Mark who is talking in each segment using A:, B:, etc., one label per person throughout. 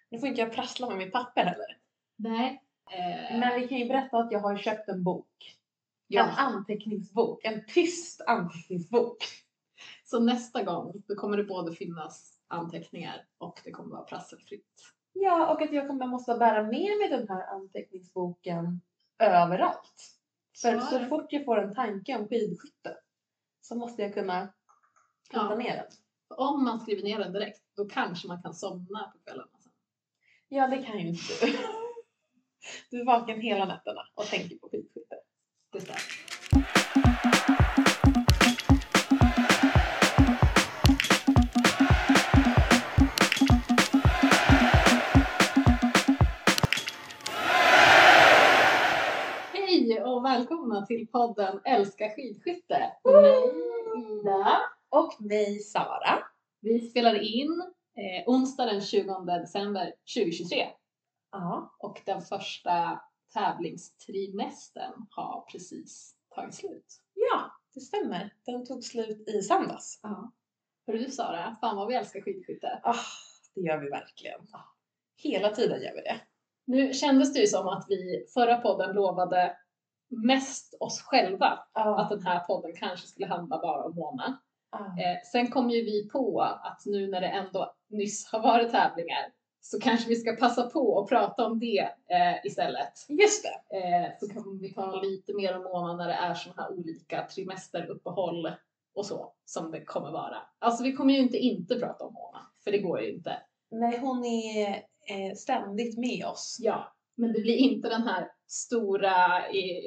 A: Nu får inte jag prassla med mitt papper heller.
B: Nej.
A: Men vi kan ju berätta att jag har köpt en bok.
B: Ja.
A: En anteckningsbok. En tyst anteckningsbok.
B: Så nästa gång då kommer det både finnas anteckningar och det kommer vara prasselfritt.
A: Ja, och att jag måste bära med mig den här anteckningsboken överallt. För så fort jag får en tanke om skidskytte så måste jag kunna plocka ner den.
B: Om man skriver ner den direkt, då kanske man kan somna på kvällarna sen.
A: Ja, det kan ju inte du. Du är vaken hela nätterna och tänker på skidskytte.
B: Det stämmer. Hej och välkomna till podden Älska skidskytte. Mig Ida
A: och mig Sara.
B: Vi spelar in onsdag den 20 december 2023.
A: Ja.
B: Och den första tävlingstrimestern har precis tagit slut.
A: Ja, det stämmer. Den tog slut i söndags.
B: Ja. Hör du Sara, fan vad vi älskar skidskytte.
A: Det gör vi verkligen. Hela tiden gör vi det.
B: Nu kändes det ju som att vi förra podden lovade mest oss själva att den här podden kanske skulle handla bara om Mona. Sen kom ju vi på att nu när det ändå nyss har varit tävlingar så kanske vi ska passa på att prata om det istället.
A: Just det.
B: Så kan vi ta lite mer om Mona när det är sådana här olika trimesteruppehåll och så som det kommer vara. Alltså vi kommer ju inte prata om Mona, för det går ju inte.
A: Nej, hon är ständigt med oss.
B: Ja, men det blir inte den här stora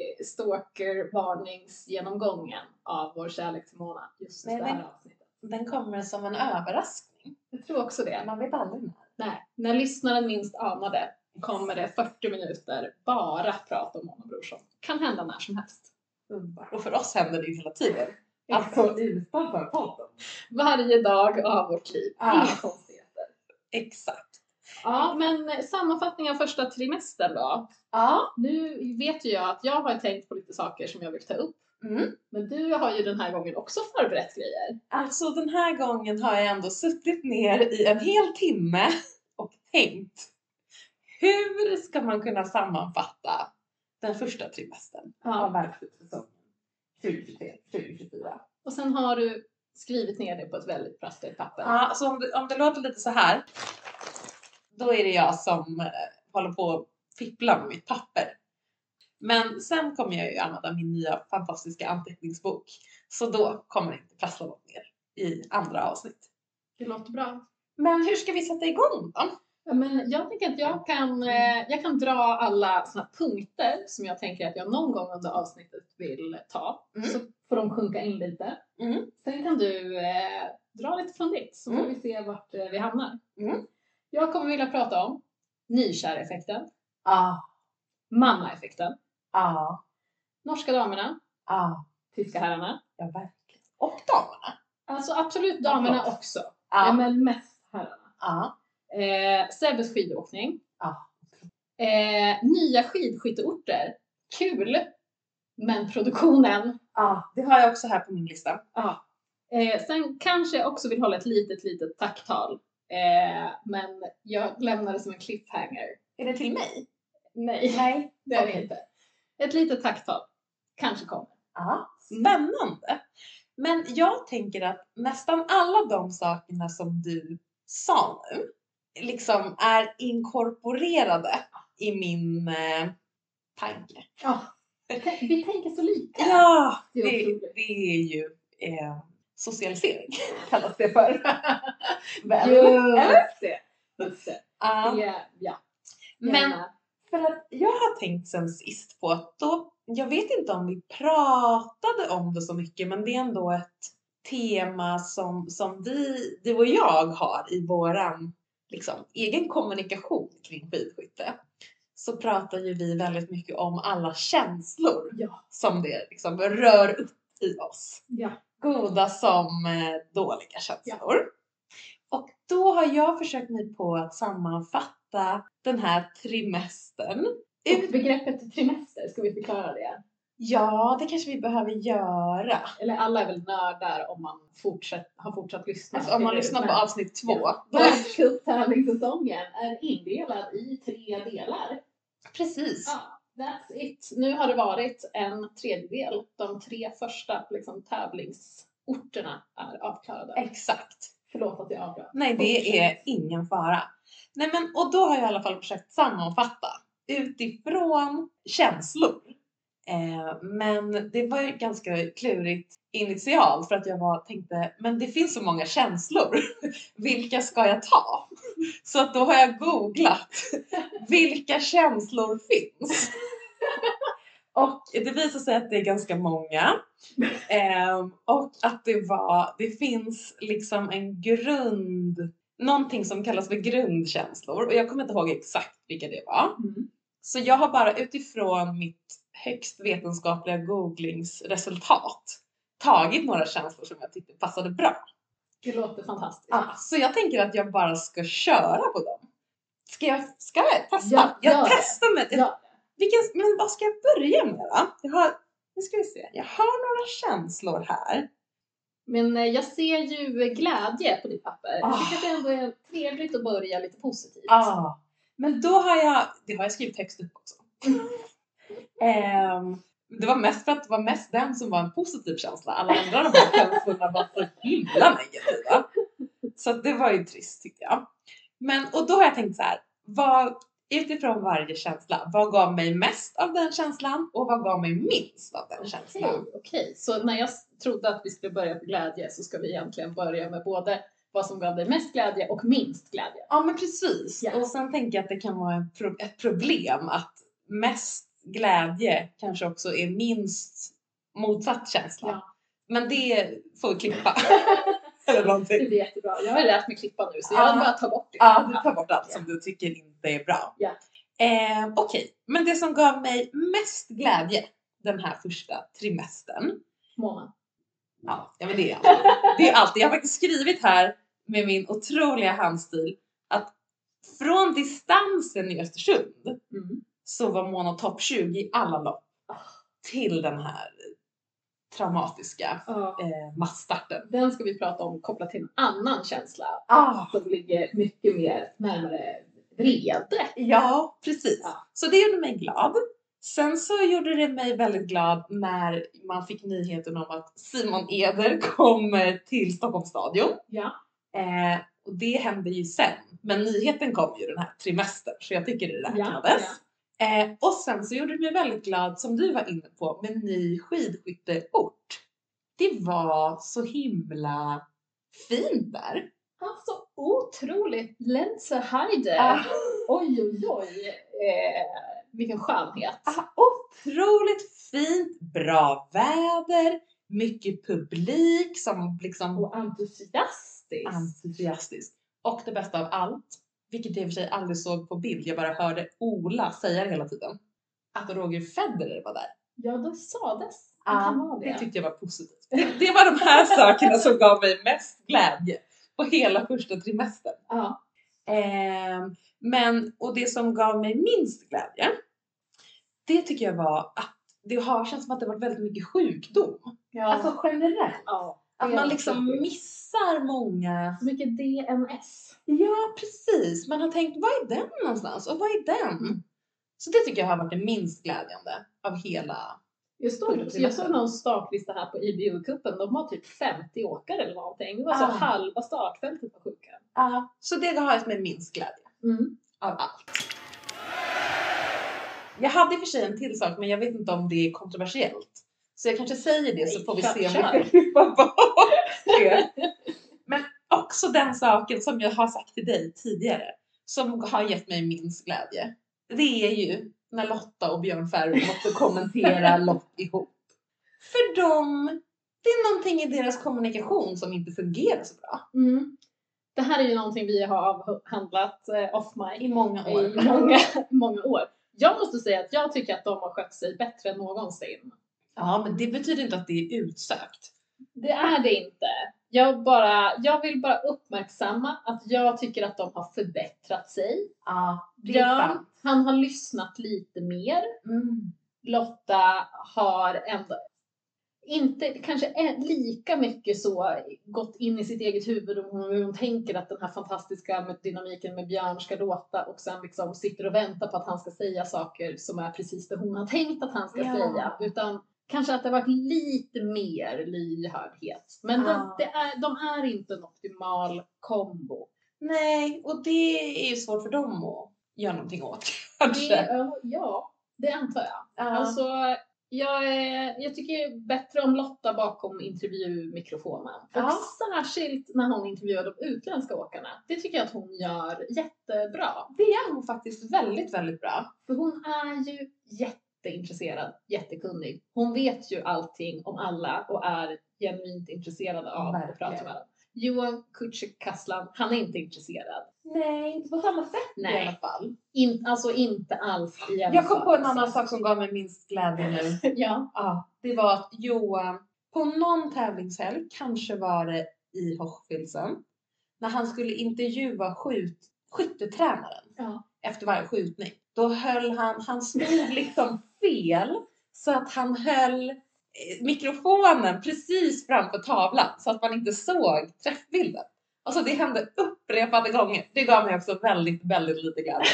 B: stalker-varningsgenomgången av vår kärlek till Mona just det här avsnittet.
A: Den kommer som en överraskning.
B: Jag tror också det.
A: Man vet aldrig när.
B: Nej, när lyssnaren minst anade kommer det 40 minuter bara prata om Mona Brorsson. Kan hända när som helst.
A: Och för oss händer det ju hela tiden. Alltså utanför podden.
B: Varje dag av vårt liv. Inga konstigheter.
A: Exakt.
B: Ja, men sammanfattning av första trimestern då.
A: Ja.
B: Nu vet ju jag att jag har tänkt på lite saker som jag vill ta upp. Men du har ju den här gången också förberett grejer.
A: Alltså den här gången har jag ändå suttit ner i en hel timme och tänkt. Hur ska man kunna sammanfatta den första trimestern av världsskidsäsongen 2023-2024?
B: Och sen har du skrivit ner det på ett väldigt prassligt papper.
A: Ja, så om det låter lite så här. Då är det jag som håller på att fippla med mitt papper. Men sen kommer jag ju använda min nya fantastiska anteckningsbok. Så då kommer det inte prassla något mer i andra avsnitt.
B: Det låter bra.
A: Men hur ska vi sätta igång då?
B: Ja, men jag tänker att jag kan dra alla såna punkter som jag tänker att jag någon gång under avsnittet vill ta. Så får de sjunka in lite. Sen kan du dra lite från ditt så får vi se vart vi hamnar. Jag kommer vilja prata om nykäreffekten. Mamma-effekten. Norska damerna. Tyska herrarna.
A: Ja, verkligen. Och damerna.
B: Alltså absolut damerna också. Ja, men mest herrarna. Sebbes skidåkning. Nya skidskytteorter. Kul. Men produktionen.
A: Det har jag också här på min lista.
B: Sen kanske jag också vill hålla ett litet tacktal. Men jag lämnar det som en cliffhanger.
A: Är det till mig?
B: Nej, det är det inte. Ett litet tacktal. Kanske kommer.
A: Spännande. Men jag tänker att nästan alla de sakerna som du sa nu liksom är inkorporerade i min tanke.
B: Vi tänker så lika.
A: Ja, det är ju socialisering kallas det för.
B: Just det. Ja.
A: Men för att jag har tänkt sen sist på att jag vet inte om vi pratade om det så mycket, men det är ändå ett tema som du och jag har i våran liksom, egen kommunikation kring skidskytte. Så pratar ju vi väldigt mycket om alla känslor som det liksom rör upp i oss. Goda som dåliga känslor. Och då har jag försökt mig på att sammanfatta den här trimestern.
B: Begreppet trimester, ska vi förklara det?
A: Ja, det kanske vi behöver göra.
B: Eller alla är väl nördar om man har fortsatt lyssna.
A: Alltså, om man lyssnar på avsnitt 2.
B: Ja. Världscuptävlingssäsongen är indelad i 3 delar.
A: Precis.
B: Ja, that's it. Nu har det varit en tredjedel. De 3 första tävlingsorterna är avklarade.
A: Exakt.
B: Förlåt att jag avbröt.
A: Nej, det är ingen fara. Nej, men och då har jag i alla fall försökt sammanfatta utifrån känslor. Men det var ju ganska klurigt initialt för att jag tänkte, men det finns så många känslor. Vilka ska jag ta? Så att då har jag googlat vilka känslor finns. Och det visar sig att det är ganska många. Och att det finns liksom en någonting som kallas för grundkänslor. Och jag kommer inte ihåg exakt vilka det var.
B: Mm.
A: Så jag har bara utifrån mitt högst vetenskapliga googlingsresultat tagit några känslor som jag tyckte passade bra.
B: Det låter fantastiskt.
A: Så jag tänker att jag bara ska köra på dem. Ska jag testa?
B: Ja,
A: jag testar med
B: ja.
A: Men vad ska jag börja med då? Nu ska vi se. Jag har några känslor här.
B: Men jag ser ju glädje på ditt papper. Jag tycker att det ändå är trevligt att börja lite positivt.
A: Men då det har jag skrivit text upp också. Det var mest för att det var mest den som var en positiv känsla. Alla andra av de här känslorna var så himla negativa. Så det var ju trist tyckte jag. Och då har jag tänkt så här. Utifrån varje känsla, vad gav mig mest av den känslan och vad gav mig minst av den känslan?
B: Okej. Så när jag trodde att vi skulle börja på glädje så ska vi egentligen börja med både vad som gav dig mest glädje och minst glädje.
A: Ja, men precis.
B: Yes.
A: Och sen tänker jag att det kan vara ett problem att mest glädje kanske också är minst motsatt känsla.
B: Ja.
A: Men det får vi klippa. Eller någonting.
B: Det är jättebra. Jag har lärt mig klippa nu så jag bara tar bort det.
A: Ja, du tar bort allt som du tycker inte är bra.
B: Ja.
A: Okej, men det som gav mig mest glädje den här första trimestern.
B: Mona.
A: Ja, men det är alltid. Det är alltid. Jag har faktiskt skrivit här med min otroliga handstil att från distansen i Östersund så var Mona topp 20 i alla lopp till den här traumatiska massstarten.
B: Den ska vi prata om kopplat till en annan känsla som ligger mycket mer närmare vrede.
A: Ja, precis. Så det gjorde mig glad. Sen så gjorde det mig väldigt glad när man fick nyheten om att Simon Eder kommer till Stockholms stadion.
B: Ja.
A: Och det hände ju sen. Men nyheten kom ju den här trimestern. Så jag tycker det räknades. Ja. Och sen så gjorde det mig väldigt glad, som du var inne på, med ny skidskytteort. Det var så himla fint där.
B: Alltså otroligt. Lenzerheide. Oj. Vilken skönhet.
A: Otroligt fint, bra väder, mycket publik som liksom...
B: Och
A: entusiastisk. Och det bästa av allt, vilket jag i och för sig aldrig såg på bild, jag bara hörde Ola säga det hela tiden, att Roger Federer var där.
B: Ja, det sades.
A: Det tyckte jag var positivt. Det var de här sakerna som gav mig mest glädje på hela första trimestern. Och det som gav mig minst glädje, det tycker jag var att det känns som att det var väldigt mycket sjukdom.
B: Ja.
A: Alltså generellt. Att man liksom missar många...
B: Så mycket DNS.
A: Ja, precis. Man har tänkt, vad är den någonstans? Och vad är den? Så det tycker jag har varit det minst glädjande av hela...
B: Jag såg någon startlista här på IBU-cupen. De har typ 50 åkare eller någonting. Det var så halva startfältet var sjuka.
A: Så det har jag med minst glädje. Av allt. Jag hade i och för sig en till sak, men jag vet inte om det är kontroversiellt. Så jag kanske säger det, så får vi se om vi kan klippa bort det. Men också den saken som jag har sagt till dig tidigare, som har gett mig minst glädje. Det är ju när Lotta och Björn Ferry måste kommentera lopp ihop. För det är någonting i deras kommunikation som inte fungerar så bra.
B: Det här är ju någonting vi har avhandlat off mic
A: i många år.
B: många år. Jag måste säga att jag tycker att de har skött sig bättre än någonsin.
A: Ja, men det betyder inte att det är utsökt.
B: Det är det inte. Jag vill bara uppmärksamma att jag tycker att de har förbättrat sig.
A: Ja, det är sant.
B: Han har lyssnat lite mer. Lotta har ändå inte kanske lika mycket så gått in i sitt eget huvud om hur hon tänker att den här fantastiska dynamiken med Björn ska låta och sen liksom sitter och väntar på att han ska säga saker som är precis det hon har tänkt att han ska säga, utan kanske att det har varit lite mer lyhördhet. Men de är inte en optimal kombo.
A: Nej, och det är ju svårt för dem att göra någonting åt. Kanske.
B: Det antar jag. Alltså, jag tycker bättre om Lotta bakom intervjumikrofonen. Och särskilt när hon intervjuar de utländska åkarna. Det tycker jag att hon gör jättebra.
A: Det gör hon faktiskt väldigt, väldigt bra.
B: För hon är ju jätteintresserad, jättekunnig. Hon vet ju allting om alla och är genuint intresserad av att prata med dem. Johan Kücükaslan, han är inte intresserad.
A: Nej, inte på samma sätt i alla fall.
B: Alltså inte alls i alla
A: Jag kom på en annan sak som gav mig minst glädje nu. Ja. Det var att Johan på någon tävlingshelg, kanske var det i Hochfilzen, när han skulle intervjua skyttetränaren efter varje skjutning. Då höll han stod liksom fel så att han höll mikrofonen precis framför tavlan så att man inte såg träffbilden. Alltså det hände upprepade gånger. Det gav mig också väldigt, väldigt lite glädje.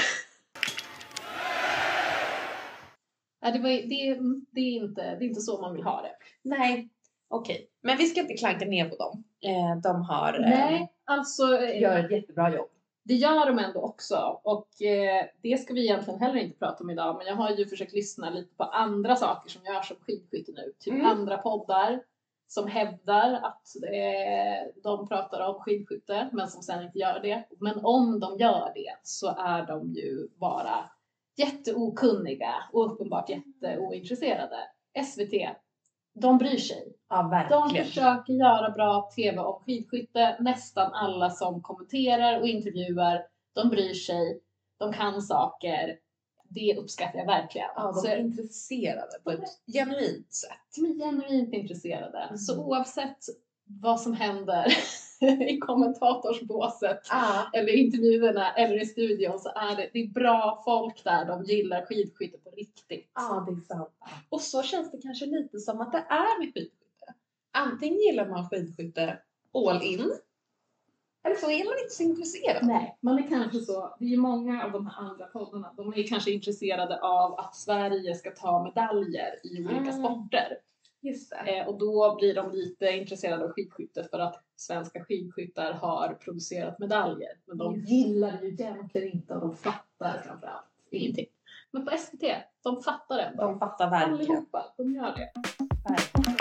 B: Det är inte så man vill ha det.
A: Nej, okej. Men vi ska inte klanka ner på dem. De gör ett jättebra jobb.
B: Det gör de ändå också. Och det ska vi egentligen heller inte prata om idag. Men jag har ju försökt lyssna lite på andra saker som görs som skidskytte nu. Typ andra poddar som hävdar att de pratar om skidskytte men som sen inte gör det. Men om de gör det så är de ju bara jätteokunniga och uppenbart jätteointresserade. SVT, de bryr sig.
A: Ja, verkligen.
B: De försöker göra bra tv om skidskytte. Nästan alla som kommenterar och intervjuar, de bryr sig. De kan saker. Det uppskattar jag verkligen.
A: Ja, de är intresserade på ett genuint sätt.
B: De är genuint intresserade. Så oavsett vad som händer i kommentatorsbåset eller intervjuerna eller i studion så är det är bra folk där. De gillar skidskytte på riktigt.
A: Ja, det är sant. Och så känns det kanske lite som att det är med skidskytte. Antingen gillar man skidskytte all in. Eller så är man inte så intresserad.
B: Nej, man är kanske så. Det är ju många av de här andra poddarna. De är kanske intresserade av att Sverige ska ta medaljer i olika sporter.
A: Just det.
B: Och då blir de lite intresserade av skidskytte för att svenska skidskyttar har producerat medaljer. Men de gillar det ju egentligen inte och de fattar framförallt ingenting. Men på SVT, de fattar det.
A: De fattar verkligen.
B: Allihopa, de gör det.
A: Verkligen.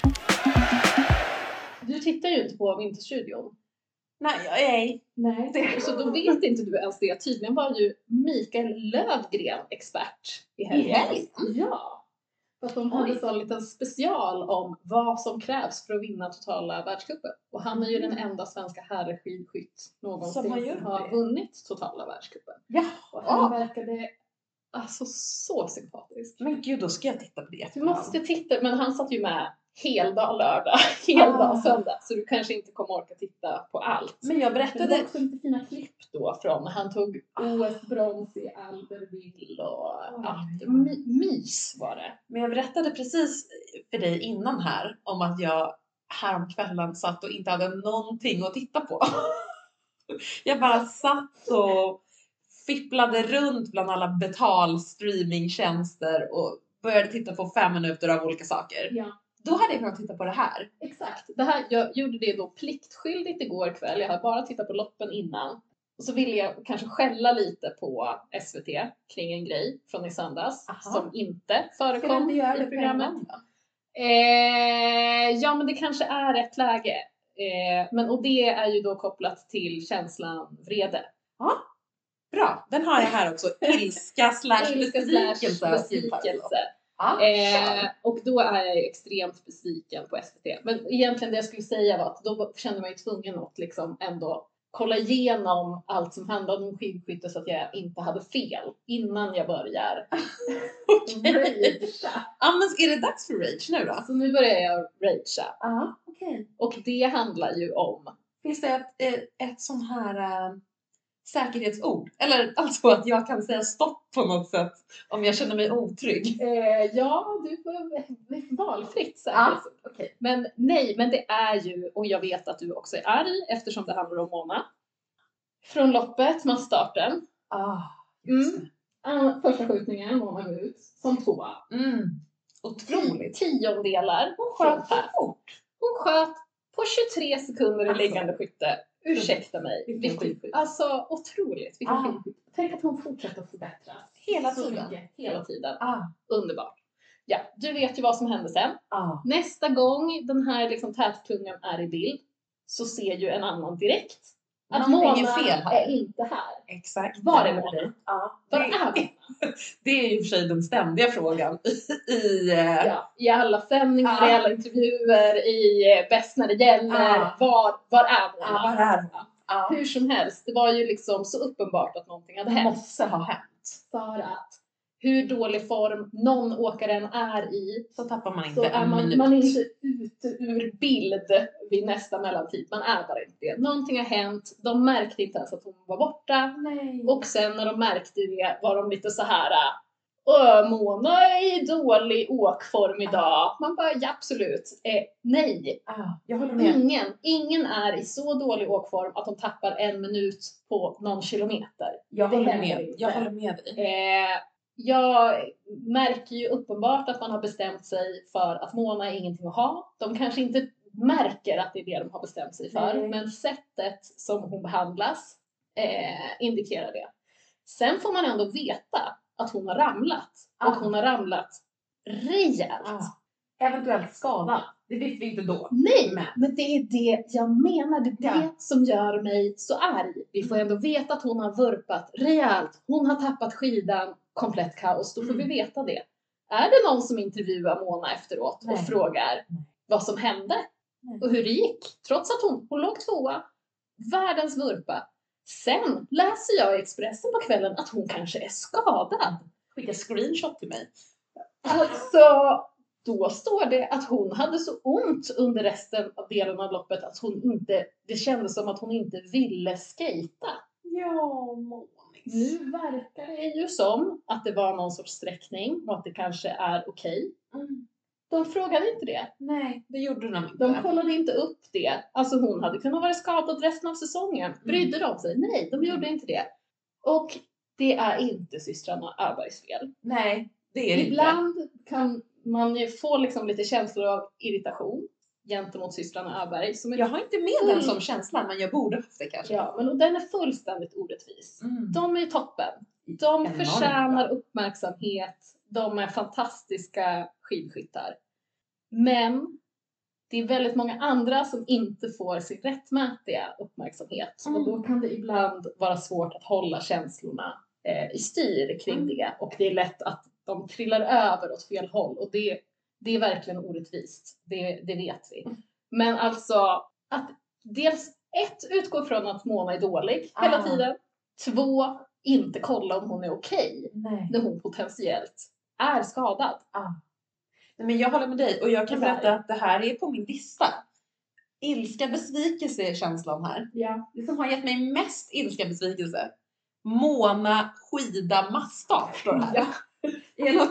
B: Du tittar ju inte på Vinterstudion.
A: Nej.
B: Så då vet inte du ens det. Tydligen var ju Mikael Lövgren expert i helgen. Ja. För att de hade så en liten special om vad som krävs för att vinna totala världscupen. Och han är ju den enda svenska herrskidskytt någonsin som har vunnit totala världscupen.
A: Ja.
B: Och han verkade alltså så sympatisk.
A: Men gud, då ska jag titta på det.
B: Du måste titta, men han satt ju med heldag lördag, heldag söndag. Så du kanske inte kommer orka titta på allt.
A: Men jag berättade...
B: Det var också lite fina klipp då från när han tog OS-brons i Albertville och mys var det.
A: Men jag berättade precis för dig innan här om att jag häromkvällen satt och inte hade någonting att titta på. Jag bara satt och fipplade runt bland alla betalstreamingtjänster och började titta på 5 minuter av olika saker.
B: Ja.
A: Då hade jag kunnat titta på det här.
B: Exakt. Jag gjorde det då pliktskyldigt igår kväll. Jag hade bara tittat på loppen innan. Och så ville jag kanske skälla lite på SVT kring en grej från i söndags. Som inte förekom i programmet. Ja, men det kanske är ett läge. Och det är ju då kopplat till känslan vrede.
A: Ja, bra. Den har jag här också. Ilska / besvikelse.
B: Och då är jag extremt besviken på SVT. Men egentligen det jag skulle säga var att då kände jag mig tvungen att liksom ändå kolla igenom allt som handlade om skidskytte så att jag inte hade fel innan jag börjar ragea.
A: Ja, men är det dags för rage nu då?
B: Så nu börjar jag ragea.
A: Okej.
B: Och det handlar ju om...
A: Finns det ett sån här säkerhetsord. Eller alltså att jag kan säga stopp på något sätt om jag känner mig otrygg.
B: Ja, det är valfritt säkerhetsord. Okay. Men nej, men det är ju, och jag vet att du också är arg eftersom det handlar om Mona. Från loppet, massstarten. Första skjutningen, Mona går ut som 2.
A: Otroligt.
B: 10-delar.
A: Hon sköt fort.
B: Hon sköt på 23 sekunder i liggande skytte. Ursäkta mig. Alltså otroligt. Tänk att hon fortsätter att förbättras. Hela tiden. Underbart. Ja, du vet ju vad som hände sen. Nästa gång den här liksom tätklungan är i bild så ser ju en annan direkt att Mona är inte här.
A: Exakt.
B: Var är Mona? Var är Mona?
A: Det är ju för sig den ständiga frågan
B: i alla sändningar, i alla intervjuer, i Bäst när det gäller. Var är Mona?
A: Var är hon?
B: Hur som helst, det var ju liksom så uppenbart att någonting hade hänt.
A: Måste ha hänt.
B: För att hur dålig form någon åkaren är i,
A: så tappar man inte
B: så är man inte ute ur bild vid nästa mellantid. Man är bara inte det. Någonting har hänt. De märkte inte ens att hon var borta.
A: Nej.
B: Och sen när de märkte det var de lite så här: Mona är i dålig åkform idag. Man bara, ja absolut. Nej.
A: Jag håller med.
B: Ingen är i så dålig åkform att de tappar 1 minut på någon kilometer.
A: Jag håller med dig.
B: Jag märker ju uppenbart att man har bestämt sig för att Mona är ingenting att ha. De kanske inte märker att det är det de har bestämt sig för. Nej. Men sättet som hon behandlas indikerar det. Sen får man ändå veta att hon har ramlat. Och hon har ramlat rejält.
A: Eventuellt skadad. Det visste vi inte då.
B: Nej, men det är det jag menar. Det är det som gör mig så arg. Vi får ändå veta att hon har vurpat rejält. Hon har tappat skidan. Komplett kaos. Då får vi veta det. Är det någon som intervjuar Mona efteråt och frågar vad som hände? Och hur det gick? Trots att hon låg 2. Världens vurpa. Sen läser jag i Expressen på kvällen att hon kanske är skadad.
A: Skicka screenshot till mig.
B: Alltså, då står det att hon hade så ont under resten av delen av loppet att det kändes som att hon inte ville skejta.
A: Ja, Monis.
B: Nu verkar det ju som att det var någon sorts sträckning och att det kanske är okej. De frågade inte det.
A: Nej, det gjorde de inte.
B: De kollade inte upp det. Alltså hon hade kunnat vara skadad resten av säsongen. Brydde de sig? Nej, de gjorde inte det. Och det är inte systrarna Öbergs fel.
A: Nej, det är det
B: Ibland
A: inte.
B: kan man ju få liksom lite känslor av irritation gentemot systrarna Öberg.
A: Jag har inte med den som känsla, men jag borde haft det kanske.
B: Ja, men den är fullständigt orättvis. De är toppen. De förtjänar uppmärksamhet. De är fantastiska skidskyttar. Men det är väldigt många andra som inte får sin rättmätiga uppmärksamhet. Och då kan det ibland vara svårt att hålla känslorna i styr kring det. Och det är lätt att de trillar över åt fel håll. Och det är verkligen orättvist. Det vet vi. Men alltså att dels 1 utgår från att Mona är dålig hela tiden. 2 inte kolla om hon är okej när hon potentiellt är skadad.
A: Men jag håller med dig och jag kan berätta att det här är på min lista. Ilska, besvikelse är känslan här.
B: Ja.
A: Det som har gett mig mest ilska, besvikelse. Mona skida massstart står det här.
B: Ja.
A: Det är en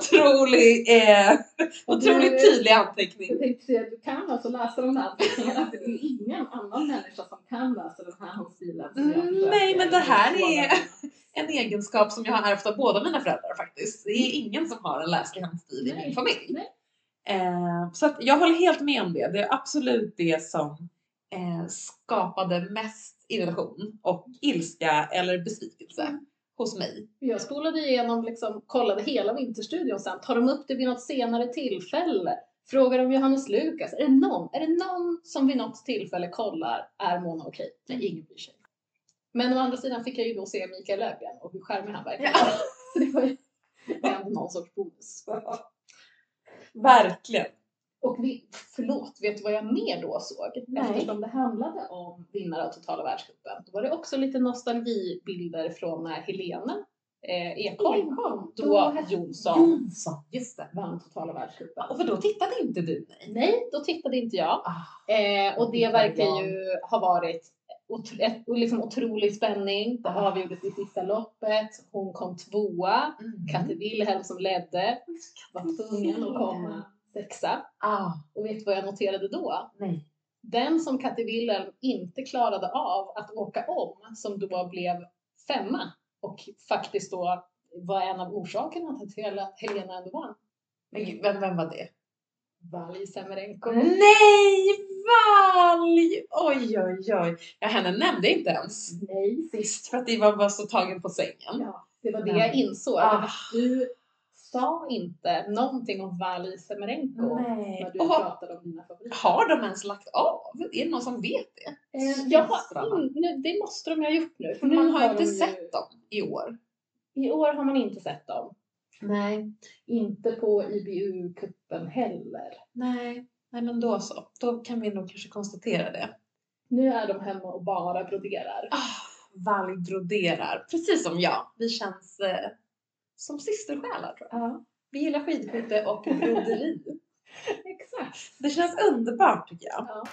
A: otroligt tydlig anteckning.
B: Jag tänkte säga att du kan alltså läsa de här anteckningarna. Det är ingen annan människa som kan läsa den här handstilen.
A: Nej, men det här är en egenskap som jag har ärvt av båda mina föräldrar faktiskt. Det är ingen som har en läslig handstil i min familj.
B: Nej.
A: Så att jag håller helt med om det. Det är absolut det som skapade mest irritation och ilska eller besvikelse hos mig.
B: Jag spolade igenom, kollade hela Vinterstudion sen. Tar de upp det vid något senare tillfälle? Frågar om Johannes Lukas. Är det någon som vid något tillfälle kollar, är Mona okej? Nej, ingen bryr sig. Men å andra sidan fick jag ju då se Mikael Löfgren och hur charmig han verkar. Ja. Så det var ju ändå någon sorts bonus.
A: Verkligen.
B: Och vet du vad jag mer då såg? Nej. Eftersom det handlade om vinnare av totala världscupen. Då var det också lite nostalgibilder från när Helene Ekholm då Jonsson
A: just det,
B: vann totala världscupen.
A: Och för då tittade inte du?
B: Nej, då tittade inte jag. Och det verkar ju ha varit och liksom otrolig spänning. Det avgjordes i sista loppet. Hon kom 2:a. Katte Wilhelm som ledde var tvungen att komma 6:a. Och vet du vad jag noterade då?
A: Nej.
B: Den som Katte Wilhelm inte klarade av att åka om, som då blev 5:a och faktiskt då var en av orsakerna till att Helena ändå vann.
A: Men gud, vem var det?
B: Valj Semerenko.
A: Nej, Valj! Oj. Ja, henne nämnde inte ens.
B: Nej.
A: Sist för att det var bara så tagen på sängen.
B: Ja, det var det jag insåg. Du sa inte någonting om Valj Semerenko när du pratade om dina favoriter.
A: Har de ens lagt av? Är det någon som vet det?
B: Det måste de ha gjort nu.
A: För man har inte sett dem i år.
B: I år har man inte sett dem.
A: Nej.
B: Inte på IBU-kuppen heller.
A: Nej, men då så. Då kan vi nog kanske konstatera det.
B: Nu är de hemma och bara broderar.
A: Valj broderar. Precis som jag. Vi känns som systersjälar, tror jag.
B: Ja.
A: Vi gillar skidskytte och broderi.
B: Exakt.
A: Det känns underbart, tycker jag.
B: Ja.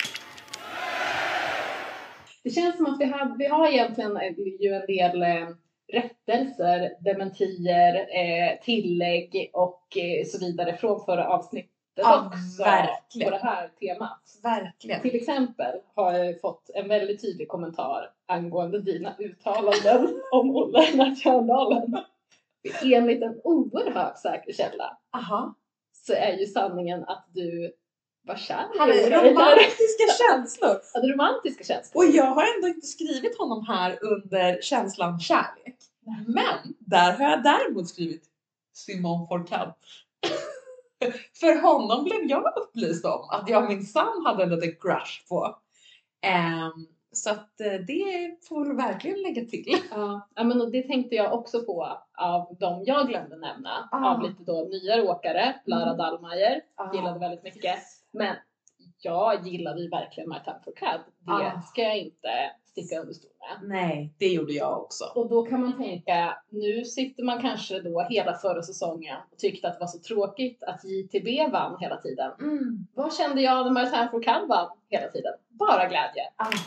B: Det känns som att vi har egentligen ju en del rättelser, dementier, tillägg och så vidare från förra avsnittet också.
A: Verkligen.
B: På det här temat.
A: Verkligen.
B: Till exempel har jag fått en väldigt tydlig kommentar angående dina uttalanden om Olle Nationalen. Enligt en oerhört säker källa så är ju sanningen att du var kär.
A: Han hade romantiska känslor.
B: Hade romantiska känslor.
A: Och jag har ändå inte skrivit honom här under känslan kärlek. Men där har jag däremot skrivit Simon Fourcade. För honom blev jag upplyst om att jag minsann hade en liten crush på. Så att det får väl verkligen lägga till.
B: Ja, men det tänkte jag också på av de jag glömde nämna. Av lite då nyare åkare. Lara Dahlmeier gillade väldigt mycket. Men jag gillade ju verkligen Martin Fourcade. Det ska jag inte sticka under stol med.
A: Nej, det gjorde jag också.
B: Och då kan man tänka, nu sitter man kanske då hela förra säsongen och tyckte att det var så tråkigt att JTB vann hela tiden. Vad kände jag när Martin Fourcade vann hela tiden? Bara glädje.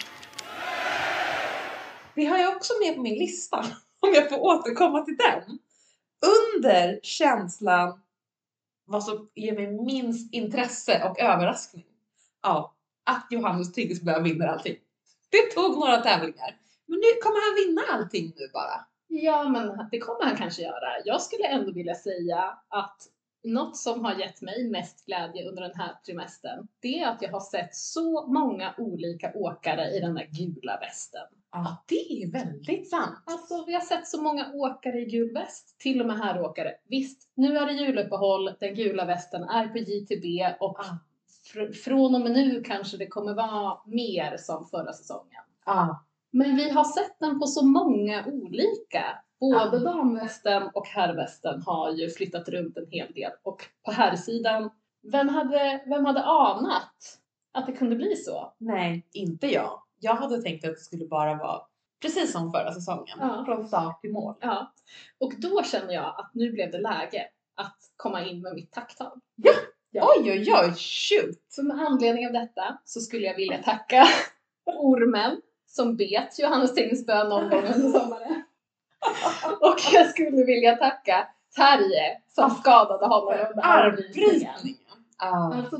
A: Det har jag också med på min lista. Om jag får återkomma till den. Under känslan vad som ger mig minst intresse och överraskning. Att Johannes Tyggesbö vinner allting. Det tog några tävlingar. Men nu kommer han vinna allting nu bara.
B: Ja, men det kommer han kanske göra. Jag skulle ändå vilja säga att något som har gett mig mest glädje under den här trimestern, det är att jag har sett så många olika åkare i den där gula västen.
A: Ja, det är väldigt sant.
B: Alltså, vi har sett så många åkare i gul väst. Till och med här åkare. Visst, nu är det juluppehåll. Den gula västen är på JTB. Och från och med nu kanske det kommer vara mer som förra säsongen. Men vi har sett den på så många olika. Både damvästen och herrvästen har ju flyttat runt en hel del. Och på herrsidan, vem hade anat att det kunde bli så?
A: Nej, inte jag. Jag hade tänkt att det skulle bara vara precis som förra säsongen. Från start till mål.
B: Ja. Och då känner jag att nu blev det läge att komma in med mitt tacktal.
A: Ja. Oj, shoot!
B: Så med anledning av detta så skulle jag vilja tacka Ormen som bet Johannes Tyggesbö någon gång under sommaren. Och jag skulle vilja tacka Terje som skadade honom under armbrytningen. Alltså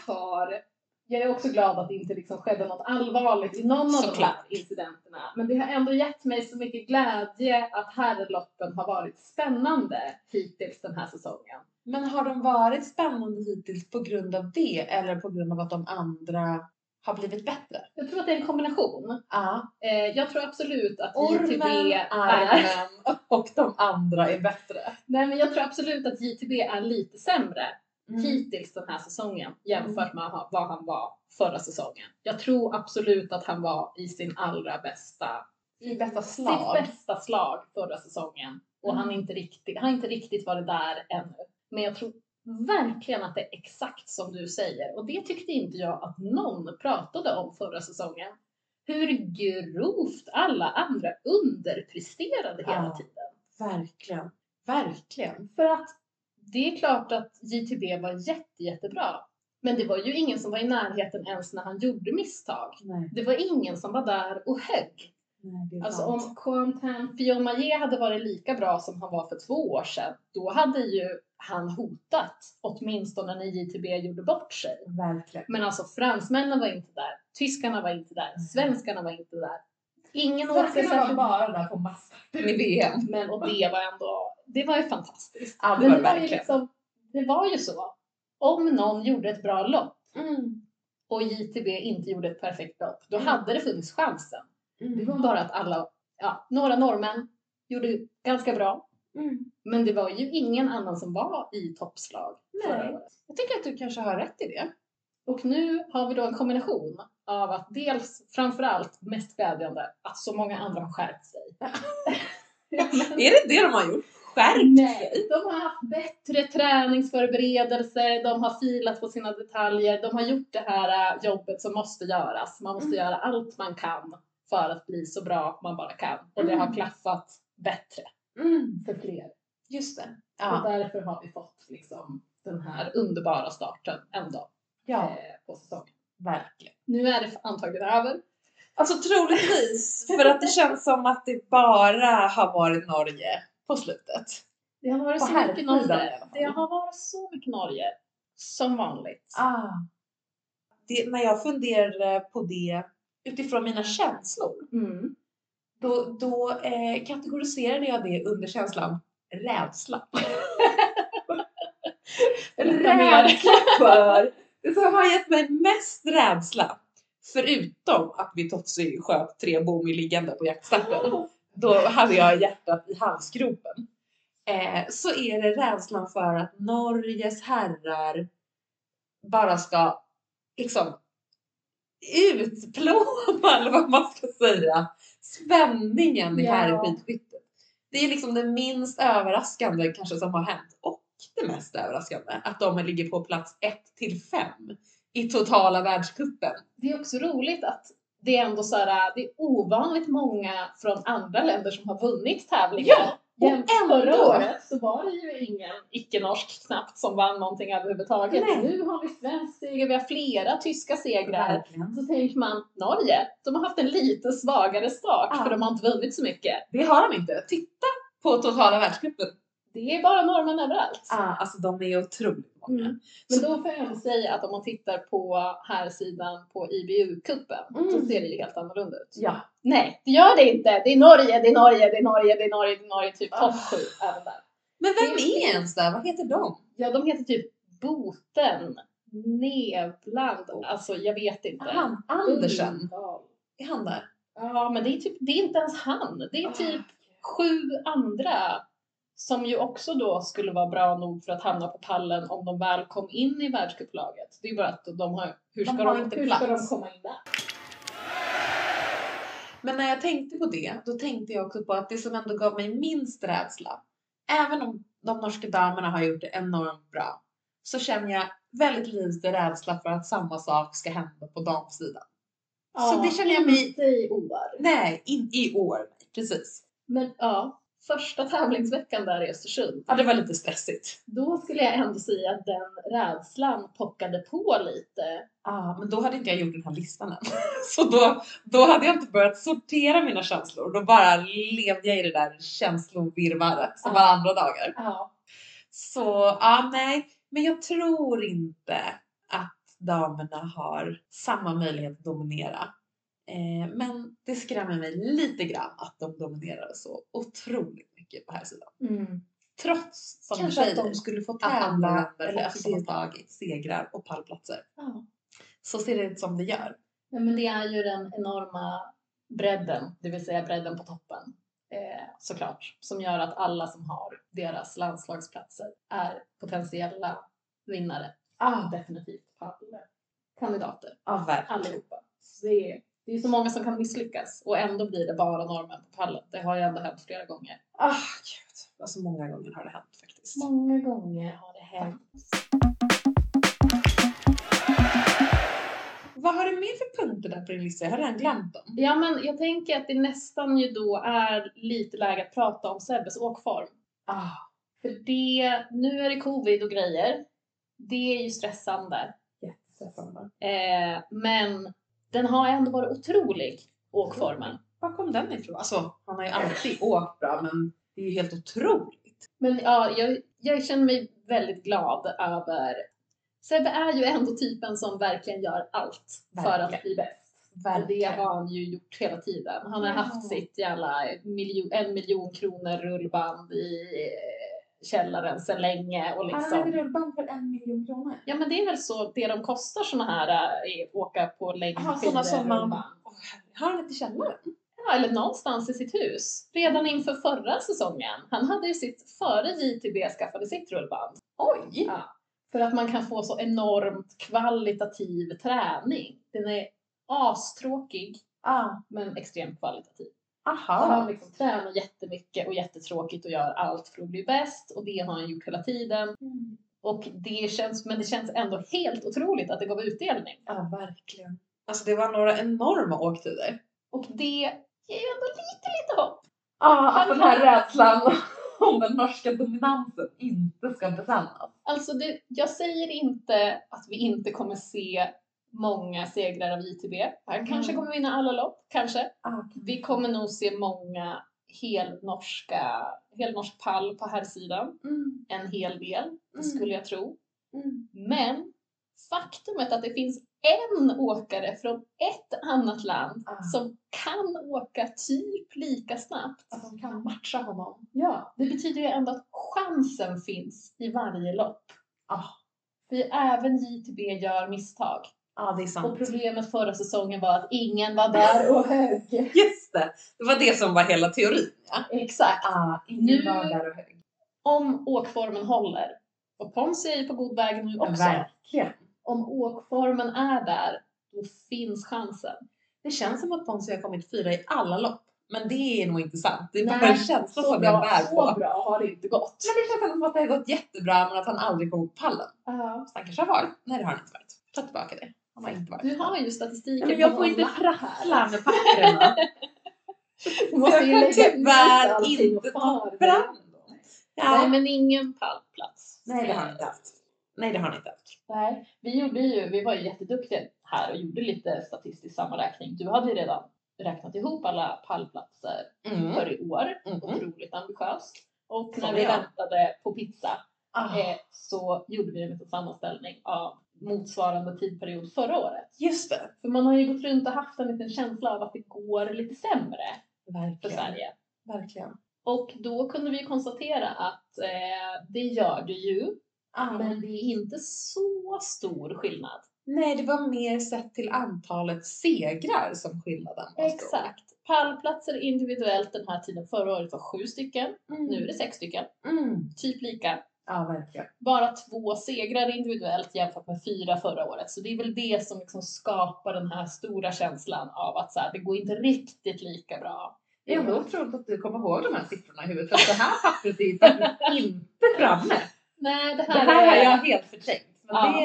B: jag är också glad att det inte liksom skedde något allvarligt i någon av de här incidenterna. Men det har ändå gett mig så mycket glädje att herrloppen har varit spännande hittills den här säsongen.
A: Men har de varit spännande hittills på grund av det eller på grund av att de andra har blivit bättre?
B: Jag tror att det är en kombination. Jag tror absolut att
A: JTB är och de andra är bättre.
B: Nej, men jag tror absolut att JTB är lite sämre hittills den här säsongen jämfört med vad han var förra säsongen. Jag tror absolut att han var i sin allra bästa slag förra säsongen. Och han har inte riktigt varit där ännu. Men jag tror verkligen att det är exakt som du säger. Och det tyckte inte jag att någon pratade om förra säsongen. Hur grovt alla andra underpresterade hela tiden. Verkligen. För att det är klart att JTB var jättebra. Men det var ju ingen som var i närheten ens när han gjorde misstag.
A: Nej.
B: Det var ingen som var där och högg.
A: Nej, det är
B: Alltså
A: sant.
B: om Quentin Fillon-Maillet hade varit lika bra som han var för 2 år sedan, då hade ju han hotat, åtminstone när JTB gjorde bort sig.
A: Verkligen.
B: Men alltså fransmännen var inte där, tyskarna var inte där, svenskarna var inte där. Ingen
A: Svenskarna var bara där på massstarten i VM.
B: Men och det var ändå, det var ju fantastiskt.
A: Ja, det
B: men
A: var
B: det var ju
A: verkligen.
B: liksom, det var ju så. Om någon gjorde ett bra lopp och JTB inte gjorde ett perfekt lopp, då hade det funnits chansen. Det var bara att alla, några norrmän gjorde ganska bra. Men det var ju ingen annan som var i toppslag förra året.
A: Jag tycker att du kanske har rätt i det.
B: Och nu har vi då en kombination av att dels, framförallt mest glädjande, att så många andra har skärpt sig.
A: Är det de har gjort? Skärpt sig?
B: De har haft bättre träningsförberedelser, de har filat på sina detaljer, de har gjort det här jobbet som måste göras. Man måste göra allt man kan för att bli så bra man bara kan. Och det har klaffat bättre för fler.
A: Just det.
B: Och därför har vi fått liksom den här underbara starten ändå på säsongen.
A: Verkligen.
B: Nu är det antagligen över.
A: Alltså troligtvis, för att det känns som att det bara har varit Norge på slutet.
B: Det har varit så mycket Norge. Det har varit så mycket Norge. Som vanligt.
A: När jag funderar på det utifrån mina känslor. Då kategoriserade jag det under känslan rädsla. Rädsla för det som har gett mig mest rädsla. Förutom att Vitozzi sköt 3 bom i liggande på jaktstarten. Då hade jag hjärtat i halsgropen. Så är det rädslan för att Norges herrar bara ska liksom utplåna, eller vad man ska säga, spänningen i herrskidskyttet. Det är liksom det minst överraskande kanske som har hänt, och det mest överraskande att de ligger på plats 1-5 i totala världscupen.
B: Det är också roligt att det är ändå så här, det är ovanligt många från andra länder som har vunnit tävlingar.
A: Ja, och ändå.
B: Förra året så var det ju ingen icke-norsk knappt som vann någonting överhuvudtaget.
A: Nej.
B: Nu har vi svensk seger, vi har flera tyska segrar.
A: Verkligen.
B: Så tänker man, Norge, de har haft en lite svagare start för de har inte vunnit så mycket.
A: Det har de inte. Titta på totala världscupen.
B: Det är bara norrmän överallt.
A: Alltså de är otroligt många.
B: Men då får jag ändå säga att om man tittar på här sidan på IBU-cupen så ser det ju helt annorlunda ut.
A: Ja.
B: Nej, det gör det inte. Det är Norge, typ topp 7 även där.
A: Men vem är ens där? Vad heter de?
B: Ja, de heter typ Boten, Nevland, alltså jag vet inte.
A: Andersen. Är han där?
B: Ja, men det är inte ens han. Det är typ 7 andra. Som ju också då skulle vara bra nog för att hamna på pallen om de väl kom in i världscuplaget. Det är bara att de har, hur ska de komma in där?
A: Men när jag tänkte på det, då tänkte jag också på att det som ändå gav mig minst rädsla, även om de norska damerna har gjort det enormt bra, så känner jag väldigt lite rädsla för att samma sak ska hända på damsidan. Så det känner jag mig...
B: Inte i år.
A: Nej, inte i år. Precis.
B: Men första tävlingsveckan där i Östersund.
A: Ja, det var lite stressigt.
B: Då skulle jag ändå säga att den rädslan pockade på lite.
A: Men då hade inte jag gjort den här listan än. Så då hade jag inte börjat sortera mina känslor. Då bara levde jag i det där känslovirvaret som var andra dagar. Så, nej. Men jag tror inte att damerna har samma möjlighet att dominera. Men det skrämmer mig lite grann att de dominerar så otroligt mycket på här sidan. Trots som
B: kanske
A: säger,
B: att de skulle få
A: att andra
B: tävla
A: eller också har tagit segrar och pallplatser. Så ser det ut som det gör.
B: Ja, men det är ju den enorma bredden, det vill säga bredden på toppen. Såklart, som gör att alla som har deras landslagsplatser är potentiella vinnare. Definitivt kandidater. Allihopa. Det är så många som kan misslyckas och ändå blir det bara normen på pallen. Det har ju ändå hänt flera gånger.
A: Gud. Alltså många gånger har det hänt faktiskt.
B: Många gånger har det hänt.
A: Vad har du mer för punkter där på din lista? Jag har redan glömt dem.
B: Ja, men jag tänker att det nästan ju då är lite läge att prata om Sebbes åkform. För nu är det covid och grejer. Det är ju stressande. Men den har ändå varit otrolig, åkformen.
A: Var kom den ifrån? Alltså, han har ju alltid åkt bra, men det är ju helt otroligt.
B: Men ja, jag känner mig väldigt glad över... Sebbe är ju ändå typen som verkligen gör allt för att bli bäst. Och det har han ju gjort hela tiden. Han har haft sitt jävla 1 miljon kronor rullband i källaren sedan länge. Och liksom...
A: Han har rullband för 1 miljon kronor?
B: Ja, men det är väl så det de kostar såna här åka på längdskidor.
A: Sådana som man... Har han inte i källaren?
B: Ja, eller någonstans i sitt hus. Redan inför förra säsongen. Han hade ju sitt, före JTB skaffade sitt rullband.
A: Oj!
B: Ja, för att man kan få så enormt kvalitativ träning. Den är astråkig, men extremt kvalitativ.
A: Aha.
B: Så han liksom tränar jättemycket och jättetråkigt och gör allt för att bli bäst. Och det har han gjort hela tiden. Och det känns ändå helt otroligt att det gav utdelning.
A: Ja, verkligen. Alltså det var några enorma åktider.
B: Och det ger ju ändå lite hopp.
A: Ja, att den här rädslan om den norska dominansen inte ska besannas.
B: Alltså jag säger inte att vi inte kommer se många segrar av JTB. Han kanske kommer vinna alla lopp, kanske. Vi kommer nog se många helnorsk pall på här sidan. En hel del, det skulle jag tro. Men faktumet att det finns en åkare från ett annat land som kan åka typ lika snabbt.
A: Att de kan matcha honom.
B: Ja, det betyder ju ändå att chansen finns i varje lopp. För även JTB gör misstag.
A: Ja, det är sant.
B: Och problemet förra säsongen var att ingen var där och högg.
A: Just det, det var det som var hela teorin. Ja.
B: Exakt.
A: Ingen var där och högg.
B: Om åkformen håller, och Ponsi är ju på god väg nu också.
A: Verkligen.
B: Om åkformen är där, då finns chansen.
A: Det känns som att Ponsi har kommit 4 i alla lopp. Men det är nog inte sant. Det är bara en känsla som jag bär på.
B: Så bra har det inte gått.
A: Men det känns som att det har gått jättebra, men att han aldrig kom på pallen. Så han kanske har varit. Nej, det har han inte varit. Ta tillbaka det. Han har inte varit.
B: Du har ju statistiken.
A: Men jag får inte prassla med papperna.
B: Du måste ju lägga
A: tyvärr inte ta fram dem.
B: Nej, men ingen pallplats.
A: Nej, det har han inte haft.
B: Nej, vi var ju jätteduktiga här och gjorde lite statistisk sammanräkning. Du hade ju redan räknat ihop alla pallplatser för i år. Otroligt ambitiöst. Och när vi väntade på pizza så gjorde vi en liten sammanställning av motsvarande tidperiod förra året.
A: Just det.
B: För man har ju gått runt och haft en liten känsla av att det går lite sämre för Sverige.
A: Verkligen.
B: Och då kunde vi konstatera att det gör det ju. Men det är inte så stor skillnad.
A: Nej, det var mer sett till antalet segrar som skillnaden var.
B: Exakt. Pallplatser individuellt den här tiden förra året var 7 stycken. Nu är det 6 stycken. Typ lika.
A: Ja, verkligen.
B: Bara 2 segrar individuellt jämfört med 4 förra året. Så det är väl det som liksom skapar den här stora känslan av att så här, det går inte riktigt lika bra.
A: Det är ändå otroligt att du kommer ihåg de här siffrorna i huvudet. För att det här pappret är ju faktiskt inte framme.
B: Nej, det
A: här har jag helt förträngt.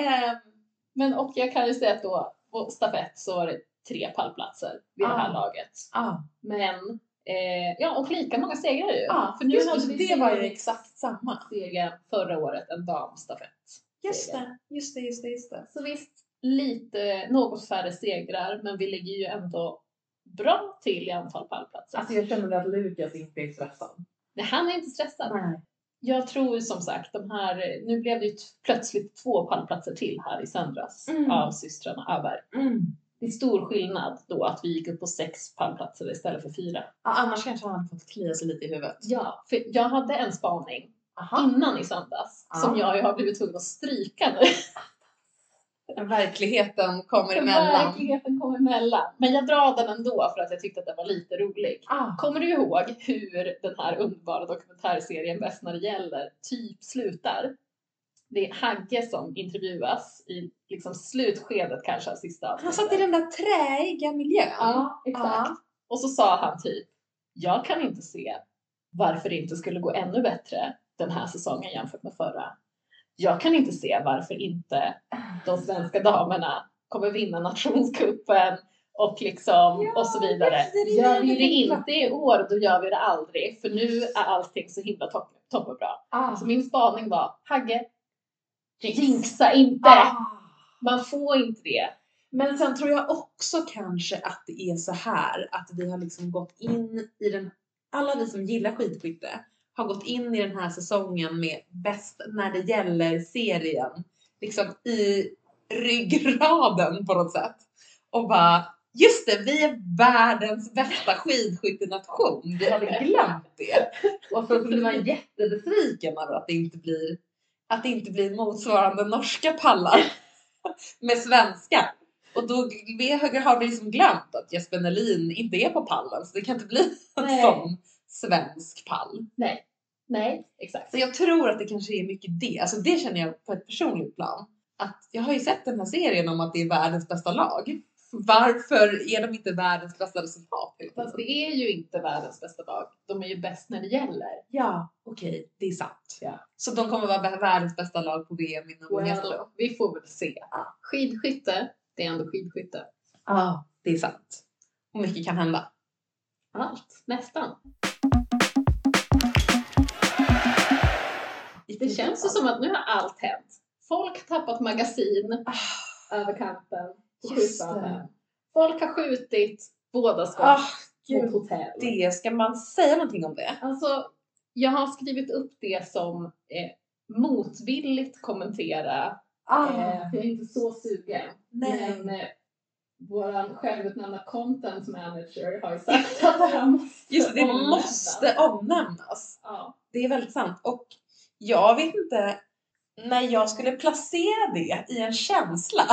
A: Men
B: och jag kan ju säga att då på stafett så var det 3 pallplatser vid det här laget. Men och lika många segrar ju.
A: För nu hade det var ju exakt samma
B: seger förra året, en damstafett.
A: Just det.
B: Så visst, något färre segrar, men vi ligger ju ändå bra till i antal pallplatser.
A: Alltså jag känner att Lukas inte är stressad.
B: Nej, han är inte stressad.
A: Nej.
B: Jag tror som sagt, nu blev det ju plötsligt 2 pallplatser till här i söndras av systrarna över. Det är stor skillnad då att vi gick upp på 6 pallplatser istället för 4.
A: Ja, annars kanske han fått klia sig lite i huvudet.
B: Ja, för jag hade en spaning innan i söndags som jag har blivit tvungen att stryka nu.
A: Verkligheten kommer emellan.
B: Men jag drar den ändå för att jag tyckte att den var lite rolig. Kommer du ihåg hur den här underbara dokumentärserien Bäst när det gäller typ slutar? Det är Hagge som intervjuas i liksom slutskedet kanske av sista avsnittet.
A: Han satt i den där träiga miljön.
B: Ja, exakt. Och så sa han typ, jag kan inte se varför det inte skulle gå ännu bättre den här säsongen jämfört med förra. Jag kan inte se varför inte de svenska damerna kommer vinna nationskuppen och liksom och så vidare. Gör vi det inte i år, då gör vi det aldrig. För nu är allting så himla toppenbra. Så min spaning var, Hagge, jinxa inte! Man får inte det.
A: Men sen tror jag också kanske att det är så här att vi har liksom gått in i alla vi som gillar skidskytte har gått in i den här säsongen med bäst när det gäller serien. Liksom i ryggraden på något sätt. Och bara, just det, vi är världens bästa skidskyttenation. Vi hade glömt det. Och så blir man jättebesviken över att det inte blir motsvarande norska pallar med svenska. Och då har vi liksom glömt att Jesper Nelin inte är på pallen. Så det kan inte bli en sån svensk pall.
B: Nej, exakt.
A: Så jag tror att det kanske är mycket det. Alltså det känner jag på ett personligt plan. Att jag har ju sett den här serien om att det är världens bästa lag. Varför är de inte världens bästa resultat?
B: Fast det är ju inte världens bästa lag. De är ju bäst när det gäller.
A: Ja, okej, det är sant.
B: Ja.
A: Så de kommer vara världens bästa lag på VM inom nästa år.
B: Vi får väl se. Skidskytte, det är ändå skidskytte.
A: Ja, det är sant. Och mycket kan hända.
B: Allt, nästan. Det känns ju som att nu har allt hänt. Folk har tappat magasin över kanten på skjutbanan. Folk har skjutit båda skott på hotell.
A: Det, ska man säga någonting om det?
B: Alltså, jag har skrivit upp det som motvilligt kommentera. Jag är inte så sugen.
A: Nej.
B: Men vår självutnämnda content manager har ju sagt att det här måste
A: just det måste omnämnas.
B: Ja.
A: Det är väldigt sant. Och jag vet inte när jag skulle placera det i en känsla.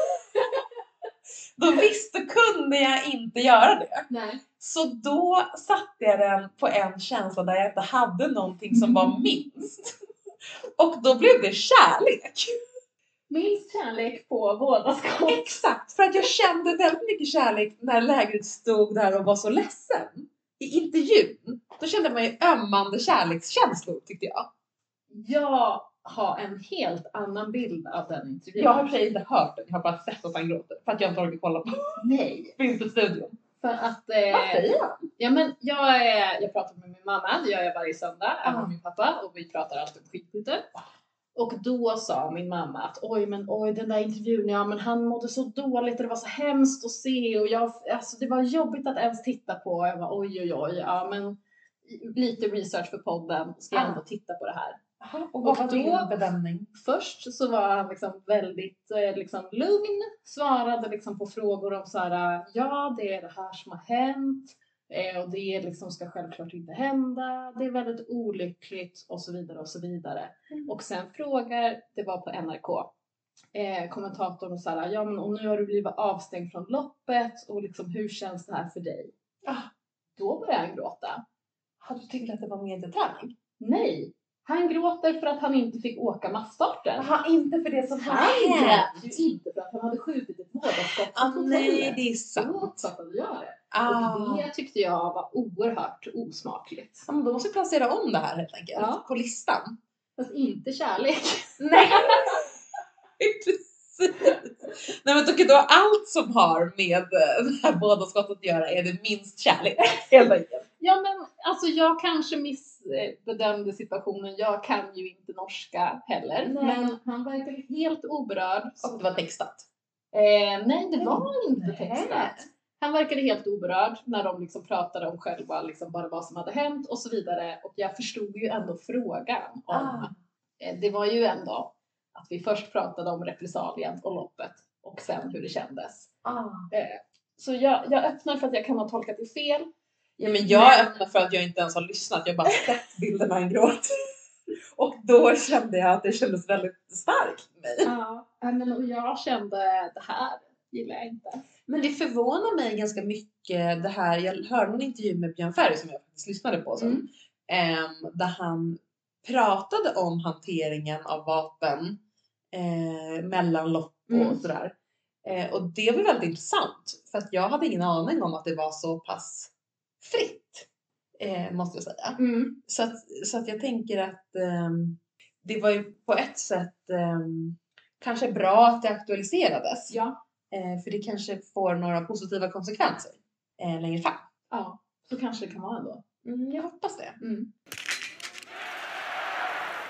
A: Då kunde jag inte göra det.
B: Nej.
A: Så då satte jag den på en känsla där jag inte hade någonting som var minst. Och då blev det kärlek.
B: Minst kärlek på båda skott.
A: Exakt, för att jag kände väldigt mycket kärlek när lägret stod där och var så ledsen. I intervjun, då kände man ju ömmande kärlekskänslor tyckte jag.
B: Jag har en helt annan bild av den intervjun.
A: Jag har för sig inte hört den, jag har bara sett att han gråter. För att jag inte orkar kolla på
B: Nej.
A: studion.
B: För att...
A: Vad säger han?
B: Ja, men jag pratar med min mamma, det gör jag varje söndag, även med min pappa. Och vi pratar alltid om skidskytte. Och då sa min mamma att oj den där intervjun, ja men han mådde så dåligt och det var så hemskt att se. Och det var jobbigt att ens titta på. Och jag var oj, ja men lite research för podden, ska jag ändå titta på det här.
A: Aha, och vad var din bedömning?
B: Först så var han liksom väldigt lugn, svarade liksom på frågor om så här, ja det är det här som har hänt och det liksom ska självklart inte hända, det är väldigt olyckligt och så vidare och så vidare. Och sen frågar, det var på NRK, kommentatorn så här, ja men och nu har du blivit avstängd från loppet och liksom hur känns det här för dig? Då började han gråta.
A: Har du tyckt att det var medieträning?
B: Nej. Han gråter för att han inte fick åka massstarten.
A: Inte för det som
B: han grät ju inte för att han hade skjutit ett vådaskott.
A: Nej, det är sant.
B: Så uppfattade jag det. Och det tyckte jag var oerhört osmakligt.
A: Ja, men då måste vi placera om det här helt enkelt. På listan.
B: Fast inte kärlek.
A: Nej. Precis. Nej, men tycker då allt som har med det här vådaskottet att göra är det minst kärlek. Helt enkelt.
B: Ja, men alltså jag kanske missbedömde situationen. Jag kan ju inte norska heller. Nej. Men han verkade helt oberörd.
A: Och det var textat?
B: Nej, det var inte textat. Han verkade helt oberörd när de liksom pratade om själva liksom bara vad som hade hänt och så vidare. Och jag förstod ju ändå frågan om... Det var ju ändå att vi först pratade om repressalien och loppet och sen hur det kändes. Så jag öppnar för att jag kan ha tolkat det fel.
A: Ja, men jag öppnar för att jag inte ens har lyssnat. Jag har bara sett bilden när han gråter. Och då kände jag att det kändes väldigt starkt med mig.
B: Ja, men och jag kände det här gillar jag inte.
A: Men det förvånar mig ganska mycket det här. Jag hörde en intervju med Björn Ferry som jag faktiskt lyssnade på sen. Där han pratade om hanteringen av vapen mellan lopp och sådär. Och det var väldigt intressant. För att jag hade ingen aning om att det var så pass fritt. Måste jag säga. Så att jag tänker att det var ju på ett sätt kanske bra att det aktualiserades.
B: Ja.
A: För det kanske får några positiva konsekvenser längre fram.
B: Ja, så kanske det kan vara ändå.
A: Jag hoppas det.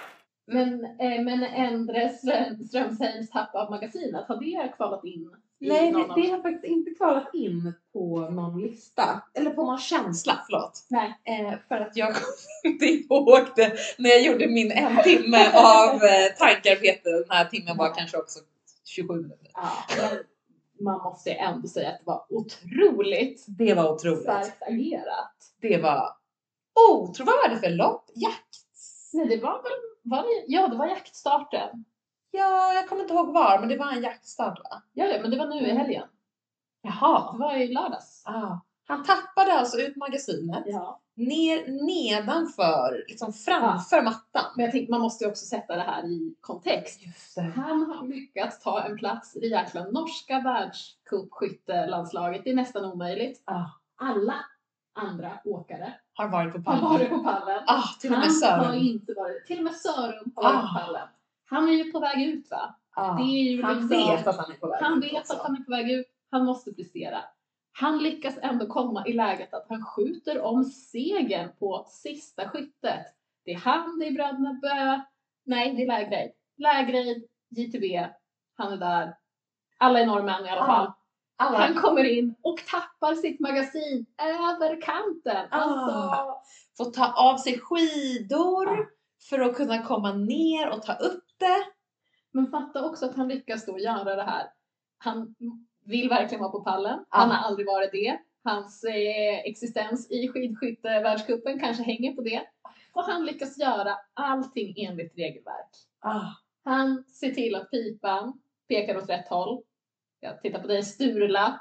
B: Men Endre Strömsheims tapp av magasinet, har det kvalat in?
A: Nej, det har faktiskt inte kvalat in på någon lista. Eller på någon känsla, förlåt.
B: Nej.
A: För att jag kommer inte ihåg det när jag gjorde min 1 timme av tankarbete. Den här timmen var kanske också 27 minuter.
B: Ja, men man måste ändå säga att det var otroligt.
A: Det var otroligt.
B: Starkt agerat.
A: Det var vad var det för lopp? Jakt?
B: Nej, det var väl... det var jaktstarten.
A: Ja, jag kommer inte ihåg var, men det var en jaktstart, va?
B: Ja, men det var nu i helgen.
A: Jaha.
B: Det var i lördags.
A: Han tappade alltså ut magasinet.
B: Ja.
A: Nedanför, liksom framför mattan.
B: Men jag tänkte, man måste ju också sätta det här i kontext.
A: Just det.
B: Han har lyckats ta en plats i det jäkla norska världscupskyttelandslaget. Det är nästan omöjligt. Alla andra åkare
A: har varit på
B: pallen.
A: Till och med Sörum.
B: Har inte varit. Till och med Sörum har varit på pallen. Han är ju på väg ut, va?
A: Det är ju han vet att han är på väg ut.
B: Han vet att han är på väg ut. Han måste prestera. Han lyckas ändå komma i läget att han skjuter om segern på sista skyttet. Det är han, det är bröderna Bö. Nej, det är Lägreid. Lägreid, JTB. Han är där. Alla är norrmän i alla fall. Han kommer in och tappar sitt magasin över kanten.
A: Får ta av sig skidor för att kunna komma ner och ta upp det.
B: Men fatta också att han lyckas då göra det här. Han vill verkligen vara på pallen. Han har aldrig varit det. Hans existens i skidskyttevärldscupen kanske hänger på det. Och han lyckas göra allting enligt regelverk. Han ser till att pipan pekar åt rätt håll. Jag tittar på dig, Sturla.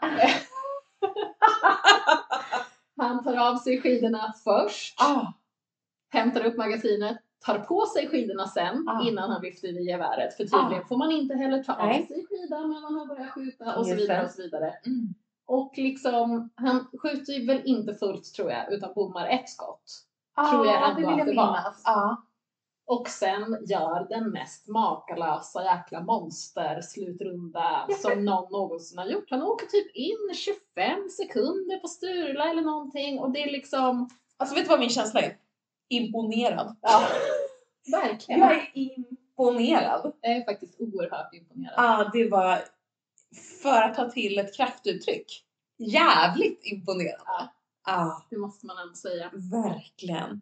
B: Han tar av sig skidorna först. Hämtar upp magasinet. Tar på sig skidorna sen innan han lyfter vid geväret. För tydligen får man inte heller ta av sig skidan när man har börjat skjuta och så vidare och så vidare. Och liksom, han skjuter ju väl inte fullt, tror jag, utan bommar ett skott. Tror jag ändå att det var. Och sen gör den mest makalösa jäkla monster slutrunda som någon någonsin har gjort. Han åker typ in 25 sekunder på Sturla eller någonting. Och det är liksom...
A: Alltså, vet du vad min känsla är? Imponerad.
B: Verkligen.
A: Jag är imponerad.
B: Jag är faktiskt oerhört imponerad.
A: Det var, för att ta till ett kraftuttryck, jävligt imponerad.
B: Det måste man ändå säga.
A: Verkligen.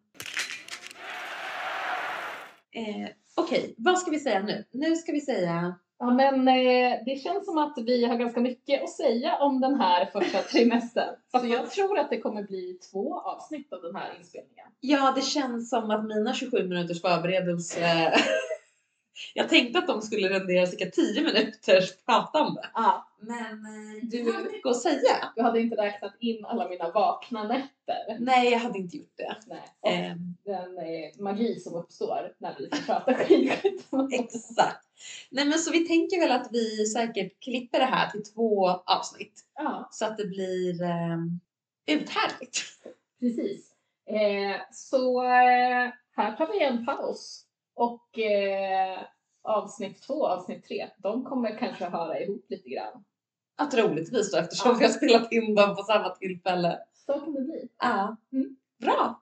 A: Okej, vad ska vi säga nu? Nu ska vi säga...
B: Ja, men det känns som att vi har ganska mycket att säga om den här första trimestern. Så jag tror att det kommer bli 2 avsnitt av den här inspelningen.
A: Ja, det känns som att mina 27 minuters förberedelse... Jag tänkte att de skulle rendera cirka 10 minuters pratande. Men du har mycket att säga.
B: Du hade inte räknat in alla mina vakna nätter.
A: Nej, jag hade inte gjort det.
B: Nej. Den magi som uppstår när vi får prata skidskytte.
A: Exakt. Nej, men så vi tänker väl att vi säkert klipper det här till 2 avsnitt. Så att det blir uthärligt.
B: Precis. Så här tar vi en paus. Och avsnitt 2 och avsnitt 3, de kommer kanske höra ihop lite grann.
A: Ja, troligtvis då, eftersom vi har spelat in dem på samma tillfälle.
B: Så kan det bli.
A: Bra.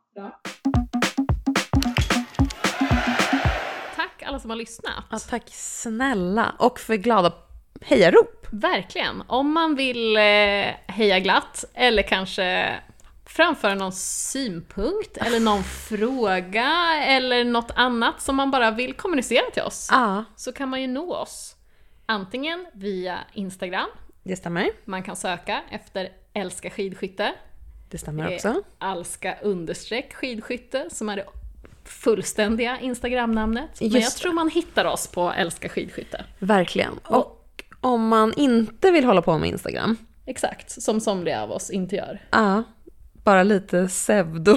B: Tack alla som har lyssnat.
A: Ja, tack snälla. Och för glada hejarop.
B: Verkligen. Om man vill heja glatt eller kanske... framföra någon synpunkt eller någon fråga eller något annat som man bara vill kommunicera till oss, så kan man ju nå oss antingen via Instagram.
A: Det stämmer.
B: Man kan söka efter Älska skidskytte.
A: Det stämmer också.
B: Alska_skidskytte som är det fullständiga Instagram-namnet. Men jag tror man hittar oss på Älska skidskytte.
A: Verkligen. Och om man inte vill hålla på med Instagram.
B: Exakt, som somliga av oss inte gör.
A: Bara lite pseudo.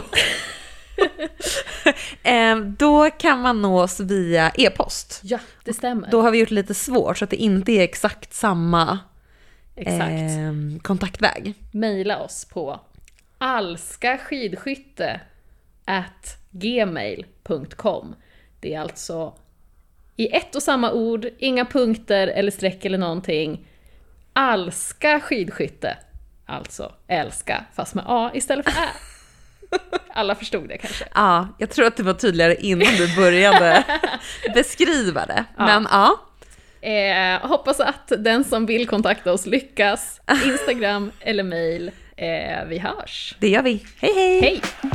A: Då kan man nå oss via e-post.
B: Ja, det stämmer.
A: Då har vi gjort lite svårt så att det inte är exakt samma kontaktväg.
B: Maila oss på alskaskidskytte@gmail.com. Det är alltså i ett och samma ord, inga punkter eller streck eller någonting. Alska skidskytte. Alltså älska fast med A istället för Ä. Alla förstod det kanske.
C: Ja, jag tror att det var tydligare innan du började beskriva det.
B: Ja.
C: Men ja.
B: Hoppas att den som vill kontakta oss lyckas. Instagram eller mail. Vi hörs.
C: Det gör vi. Hej hej!
B: Hej!